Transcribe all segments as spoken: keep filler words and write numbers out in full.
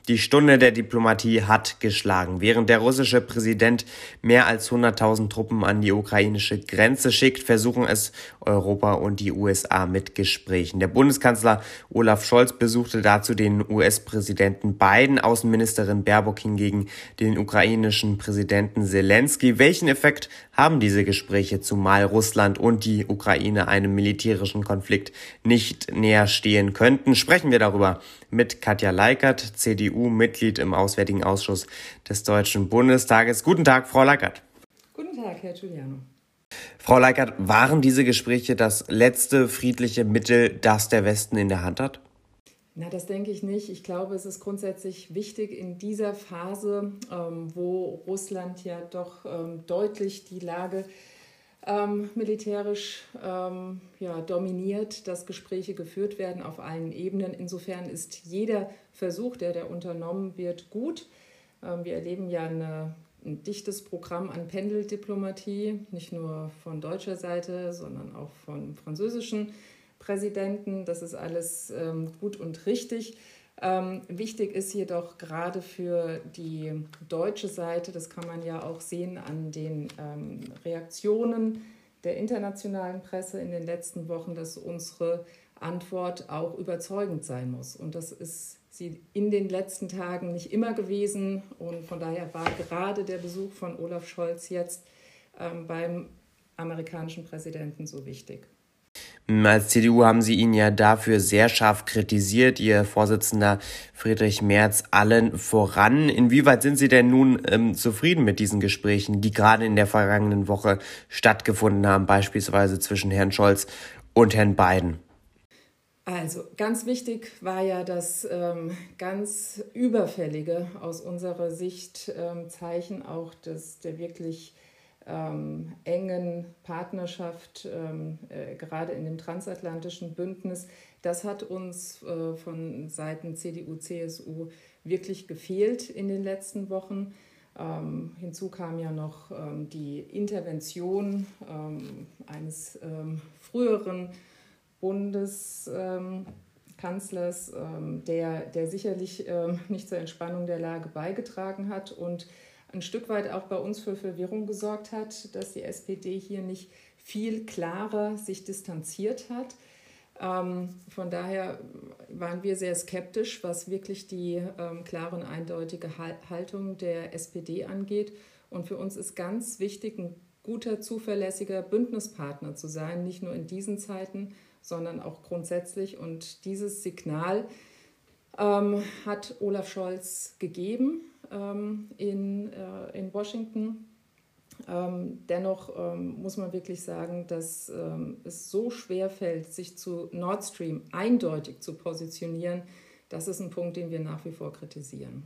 Die Stunde der Diplomatie hat geschlagen. Während der russische Präsident mehr als hunderttausend Truppen an die ukrainische Grenze schickt, versuchen es Europa und die U S A mit Gesprächen. Der Bundeskanzler Olaf Scholz besuchte dazu den U S-Präsidenten Biden, Außenministerin Baerbock hingegen den ukrainischen Präsidenten Selensky. Welchen Effekt haben diese Gespräche, zumal Russland und die Ukraine einem militärischen Konflikt nicht näher stehen könnten? Sprechen wir darüber mit Katja Leikert, C D U-Mitglied im Auswärtigen Ausschuss des Deutschen Bundestages. Guten Tag, Frau Leikert. Guten Tag, Herr Giuliano. Frau Leikert, waren diese Gespräche das letzte friedliche Mittel, das der Westen in der Hand hat? Na, das denke ich nicht. Ich glaube, es ist grundsätzlich wichtig in dieser Phase, ähm, wo Russland ja doch ähm, deutlich die Lage ähm, militärisch ähm, ja, dominiert, dass Gespräche geführt werden auf allen Ebenen. Insofern ist jeder Versuch, der da unternommen wird, gut. Ähm, wir erleben ja eine, ein dichtes Programm an Pendeldiplomatie, nicht nur von deutscher Seite, sondern auch von französischen Präsidenten. Das ist alles ähm, gut und richtig. Ähm, wichtig ist jedoch gerade für die deutsche Seite, das kann man ja auch sehen an den ähm, Reaktionen der internationalen Presse in den letzten Wochen, dass unsere Antwort auch überzeugend sein muss. Und das ist sie in den letzten Tagen nicht immer gewesen. Und von daher war gerade der Besuch von Olaf Scholz jetzt ähm, beim amerikanischen Präsidenten so wichtig. Als C D U haben Sie ihn ja dafür sehr scharf kritisiert, Ihr Vorsitzender Friedrich Merz allen voran. Inwieweit sind Sie denn nun ähm, zufrieden mit diesen Gesprächen, die gerade in der vergangenen Woche stattgefunden haben, beispielsweise zwischen Herrn Scholz und Herrn Biden? Also ganz wichtig war ja das ähm, ganz überfällige aus unserer Sicht ähm, Zeichen auch des, der wirklich Ähm, engen Partnerschaft, ähm, äh, gerade in dem transatlantischen Bündnis. Das hat uns äh, von Seiten C D U, C S U wirklich gefehlt in den letzten Wochen. Ähm, hinzu kam ja noch ähm, die Intervention ähm, eines ähm, früheren Bundeskanzlers, ähm, der, der sicherlich ähm, nicht zur Entspannung der Lage beigetragen hat und ein Stück weit auch bei uns für Verwirrung gesorgt hat, dass die S P D hier nicht viel klarer sich distanziert hat. Ähm, von daher waren wir sehr skeptisch, was wirklich die ähm, klare und eindeutige Haltung der S P D angeht. Und für uns ist ganz wichtig, ein guter, zuverlässiger Bündnispartner zu sein, nicht nur in diesen Zeiten, sondern auch grundsätzlich. Und dieses Signal ähm, hat Olaf Scholz gegeben in, in Washington. Ähm, dennoch ähm, muss man wirklich sagen, dass ähm, es so schwer fällt, sich zu Nord Stream eindeutig zu positionieren. Das ist ein Punkt, den wir nach wie vor kritisieren.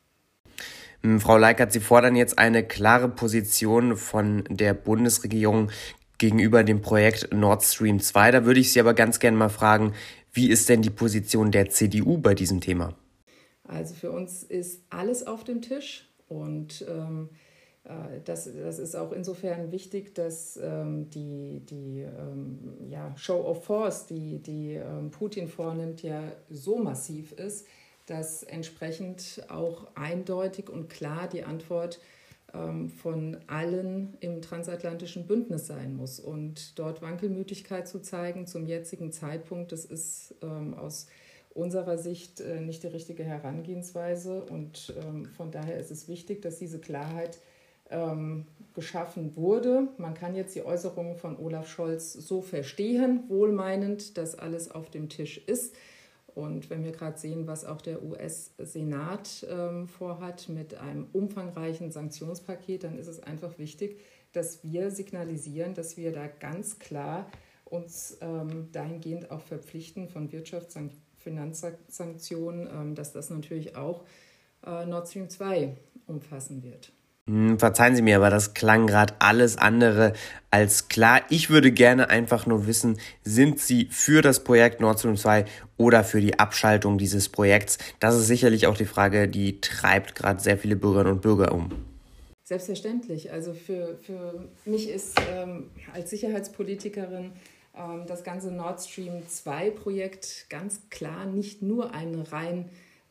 Frau Leikert, Sie fordern jetzt eine klare Position von der Bundesregierung gegenüber dem Projekt Nord Stream zwei. Da würde ich Sie aber ganz gerne mal fragen, wie ist denn die Position der C D U bei diesem Thema? Also für uns ist alles auf dem Tisch und ähm, äh, das, das ist auch insofern wichtig, dass ähm, die, die ähm, ja, Show of Force, die, die ähm, Putin vornimmt, ja so massiv ist, dass entsprechend auch eindeutig und klar die Antwort ähm, von allen im transatlantischen Bündnis sein muss. Und dort Wankelmütigkeit zu zeigen zum jetzigen Zeitpunkt, das ist ähm, aus unserer Sicht äh, nicht die richtige Herangehensweise. Und ähm, von daher ist es wichtig, dass diese Klarheit ähm, geschaffen wurde. Man kann jetzt die Äußerungen von Olaf Scholz so verstehen, wohlmeinend, dass alles auf dem Tisch ist. Und wenn wir gerade sehen, was auch der U S-Senat ähm, vorhat mit einem umfangreichen Sanktionspaket, dann ist es einfach wichtig, dass wir signalisieren, dass wir da ganz klar uns ähm, dahingehend auch verpflichten von Wirtschaftssanktionen, Finanzsanktionen, dass das natürlich auch Nord Stream zwei umfassen wird. Verzeihen Sie mir, aber das klang gerade alles andere als klar. Ich würde gerne einfach nur wissen, sind Sie für das Projekt Nord Stream zwei oder für die Abschaltung dieses Projekts? Das ist sicherlich auch die Frage, die treibt gerade sehr viele Bürgerinnen und Bürger um. Selbstverständlich. Also für, für mich ist ähm, als Sicherheitspolitikerin das ganze Nord Stream zwei Projekt ganz klar nicht nur ein rein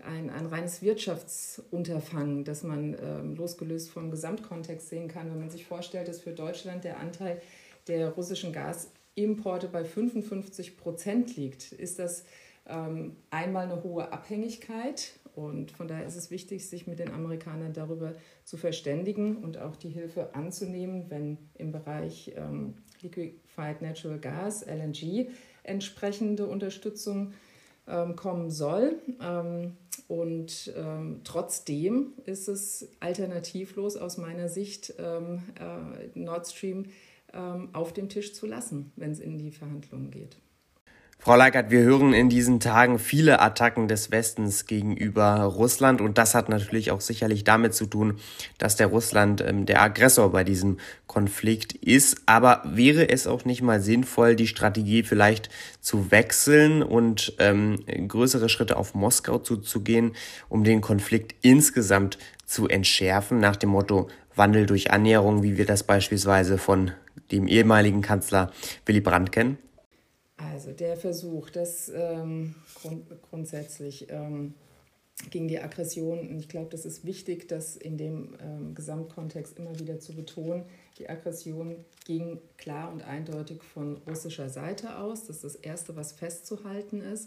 ein, ein reines Wirtschaftsunterfangen, das man ähm, losgelöst vom Gesamtkontext sehen kann. Wenn man sich vorstellt, dass für Deutschland der Anteil der russischen Gasimporte bei fünfundfünfzig Prozent liegt, ist das ähm, einmal eine hohe Abhängigkeit. Und von daher ist es wichtig, sich mit den Amerikanern darüber zu verständigen und auch die Hilfe anzunehmen, wenn im Bereich ähm, Liquefied Natural Gas, L N G, entsprechende Unterstützung ähm, kommen soll. Ähm, und ähm, trotzdem ist es alternativlos aus meiner Sicht, ähm, äh, Nord Stream ähm, auf dem Tisch zu lassen, wenn es in die Verhandlungen geht. Frau Leikert, wir hören in diesen Tagen viele Attacken des Westens gegenüber Russland und das hat natürlich auch sicherlich damit zu tun, dass der Russland ähm, der Aggressor bei diesem Konflikt ist. Aber wäre es auch nicht mal sinnvoll, die Strategie vielleicht zu wechseln und ähm, größere Schritte auf Moskau zuzugehen, um den Konflikt insgesamt zu entschärfen, nach dem Motto Wandel durch Annäherung, wie wir das beispielsweise von dem ehemaligen Kanzler Willy Brandt kennen? Also der Versuch, das ähm, grund, grundsätzlich ähm, gegen die Aggression, und ich glaube, das ist wichtig, das in dem ähm, Gesamtkontext immer wieder zu betonen, die Aggression ging klar und eindeutig von russischer Seite aus. Das ist das Erste, was festzuhalten ist.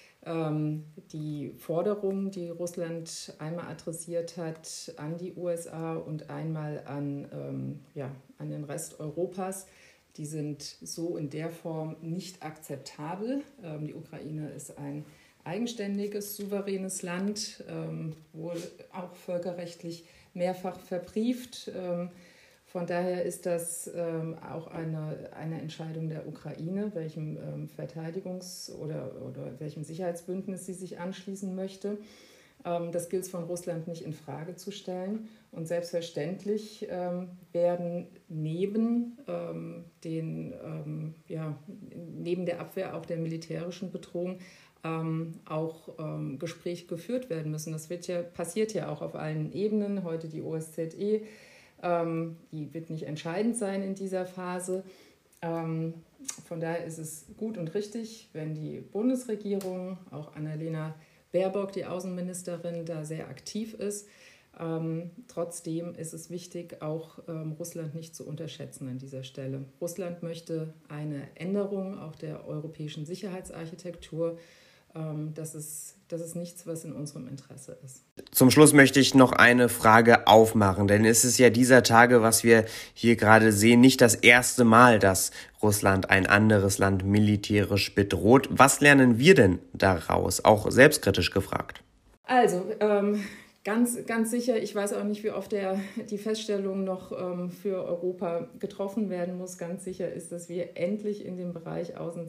Ähm, die Forderungen, die Russland einmal adressiert hat an die U S A und einmal an, ähm, ja, an den Rest Europas, die sind so in der Form nicht akzeptabel. Ähm, die Ukraine ist ein eigenständiges, souveränes Land, ähm, wohl auch völkerrechtlich mehrfach verbrieft. Ähm, von daher ist das ähm, auch eine, eine Entscheidung der Ukraine, welchem ähm, Verteidigungs- oder, oder welchem Sicherheitsbündnis sie sich anschließen möchte. Ähm, das gilt es von Russland nicht in Frage zu stellen. Und selbstverständlich ähm, werden neben, ähm, den, ähm, ja, neben der Abwehr auch der militärischen Bedrohung ähm, auch ähm, Gespräche geführt werden müssen. Das wird ja, passiert ja auch auf allen Ebenen. Heute die O S Z E, ähm, die wird nicht entscheidend sein in dieser Phase. Ähm, von daher ist es gut und richtig, wenn die Bundesregierung, auch Annalena Baerbock, die Außenministerin, da sehr aktiv ist. Ähm, trotzdem ist es wichtig, auch ähm, Russland nicht zu unterschätzen an dieser Stelle. Russland möchte eine Änderung auch der europäischen Sicherheitsarchitektur. Ähm, das ist, das ist nichts, was in unserem Interesse ist. Zum Schluss möchte ich noch eine Frage aufmachen, denn es ist ja dieser Tage, was wir hier gerade sehen, nicht das erste Mal, dass Russland ein anderes Land militärisch bedroht. Was lernen wir denn daraus? Auch selbstkritisch gefragt. Also, ähm, ganz, ganz sicher, ich weiß auch nicht, wie oft der, die Feststellung noch ähm, für Europa getroffen werden muss. Ganz sicher ist, dass wir endlich in dem Bereich Außen- und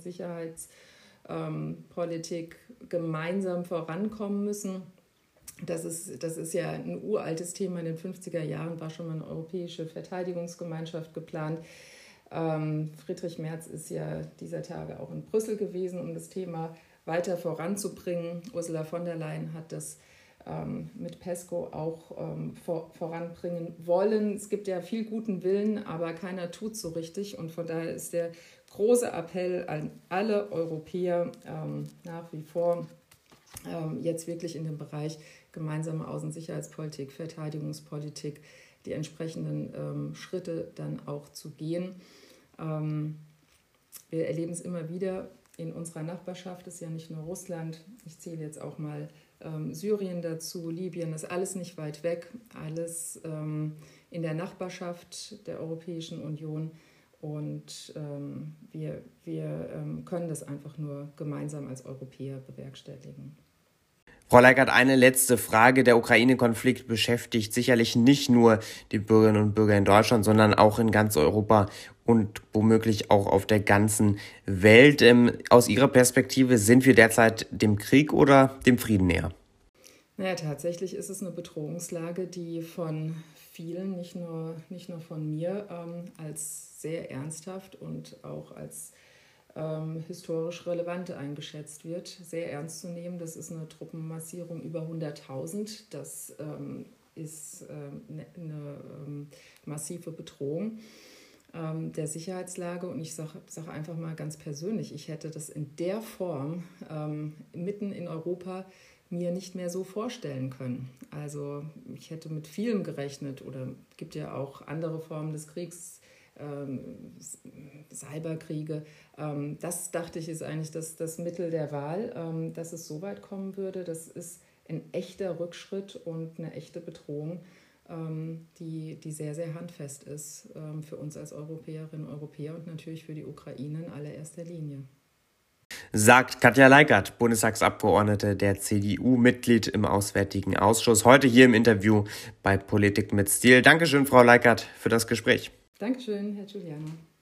Sicherheitspolitik ähm, gemeinsam vorankommen müssen. Das ist, das ist ja ein uraltes Thema. In den fünfziger Jahren war schon mal eine europäische Verteidigungsgemeinschaft geplant. Ähm, Friedrich Merz ist ja dieser Tage auch in Brüssel gewesen, um das Thema weiter voranzubringen. Ursula von der Leyen hat das ähm, mit PESCO auch ähm, vor, voranbringen wollen. Es gibt ja viel guten Willen, aber keiner tut so richtig. Und von daher ist der große Appell an alle Europäer ähm, nach wie vor, ähm, jetzt wirklich in dem Bereich gemeinsame Außensicherheitspolitik, Verteidigungspolitik, die entsprechenden ähm, Schritte dann auch zu gehen. Ähm, wir erleben es immer wieder in unserer Nachbarschaft, ist ja nicht nur Russland, ich zähle jetzt auch mal ähm, Syrien dazu, Libyen, ist alles nicht weit weg, alles ähm, in der Nachbarschaft der Europäischen Union und ähm, wir, wir ähm, können das einfach nur gemeinsam als Europäer bewerkstelligen. Frau Leikert, eine letzte Frage. Der Ukraine-Konflikt beschäftigt sicherlich nicht nur die Bürgerinnen und Bürger in Deutschland, sondern auch in ganz Europa und womöglich auch auf der ganzen Welt. Aus Ihrer Perspektive, sind wir derzeit dem Krieg oder dem Frieden näher? Naja, tatsächlich ist es eine Bedrohungslage, die von vielen, nicht nur, nicht nur von mir, ähm, als sehr ernsthaft und auch als Ähm, historisch relevant eingeschätzt wird, sehr ernst zu nehmen. Das ist eine Truppenmassierung über hunderttausend. Das ähm, ist ähm, eine, eine ähm, massive Bedrohung ähm, der Sicherheitslage. Und ich sage sag einfach mal ganz persönlich, ich hätte das in der Form ähm, mitten in Europa mir nicht mehr so vorstellen können. Also ich hätte mit vielem gerechnet oder es gibt ja auch andere Formen des Kriegs, ähm, Cyberkriege. Ähm, das dachte ich ist eigentlich das, das Mittel der Wahl, ähm, dass es so weit kommen würde. Das ist ein echter Rückschritt und eine echte Bedrohung, ähm, die, die sehr, sehr handfest ist ähm, für uns als Europäerinnen und Europäer und natürlich für die Ukraine in allererster Linie. Sagt Katja Leikert, Bundestagsabgeordnete der C D U, Mitglied im Auswärtigen Ausschuss, heute hier im Interview bei Politik mit Stil. Dankeschön, Frau Leikert, für das Gespräch. Dankeschön, Herr Giuliano.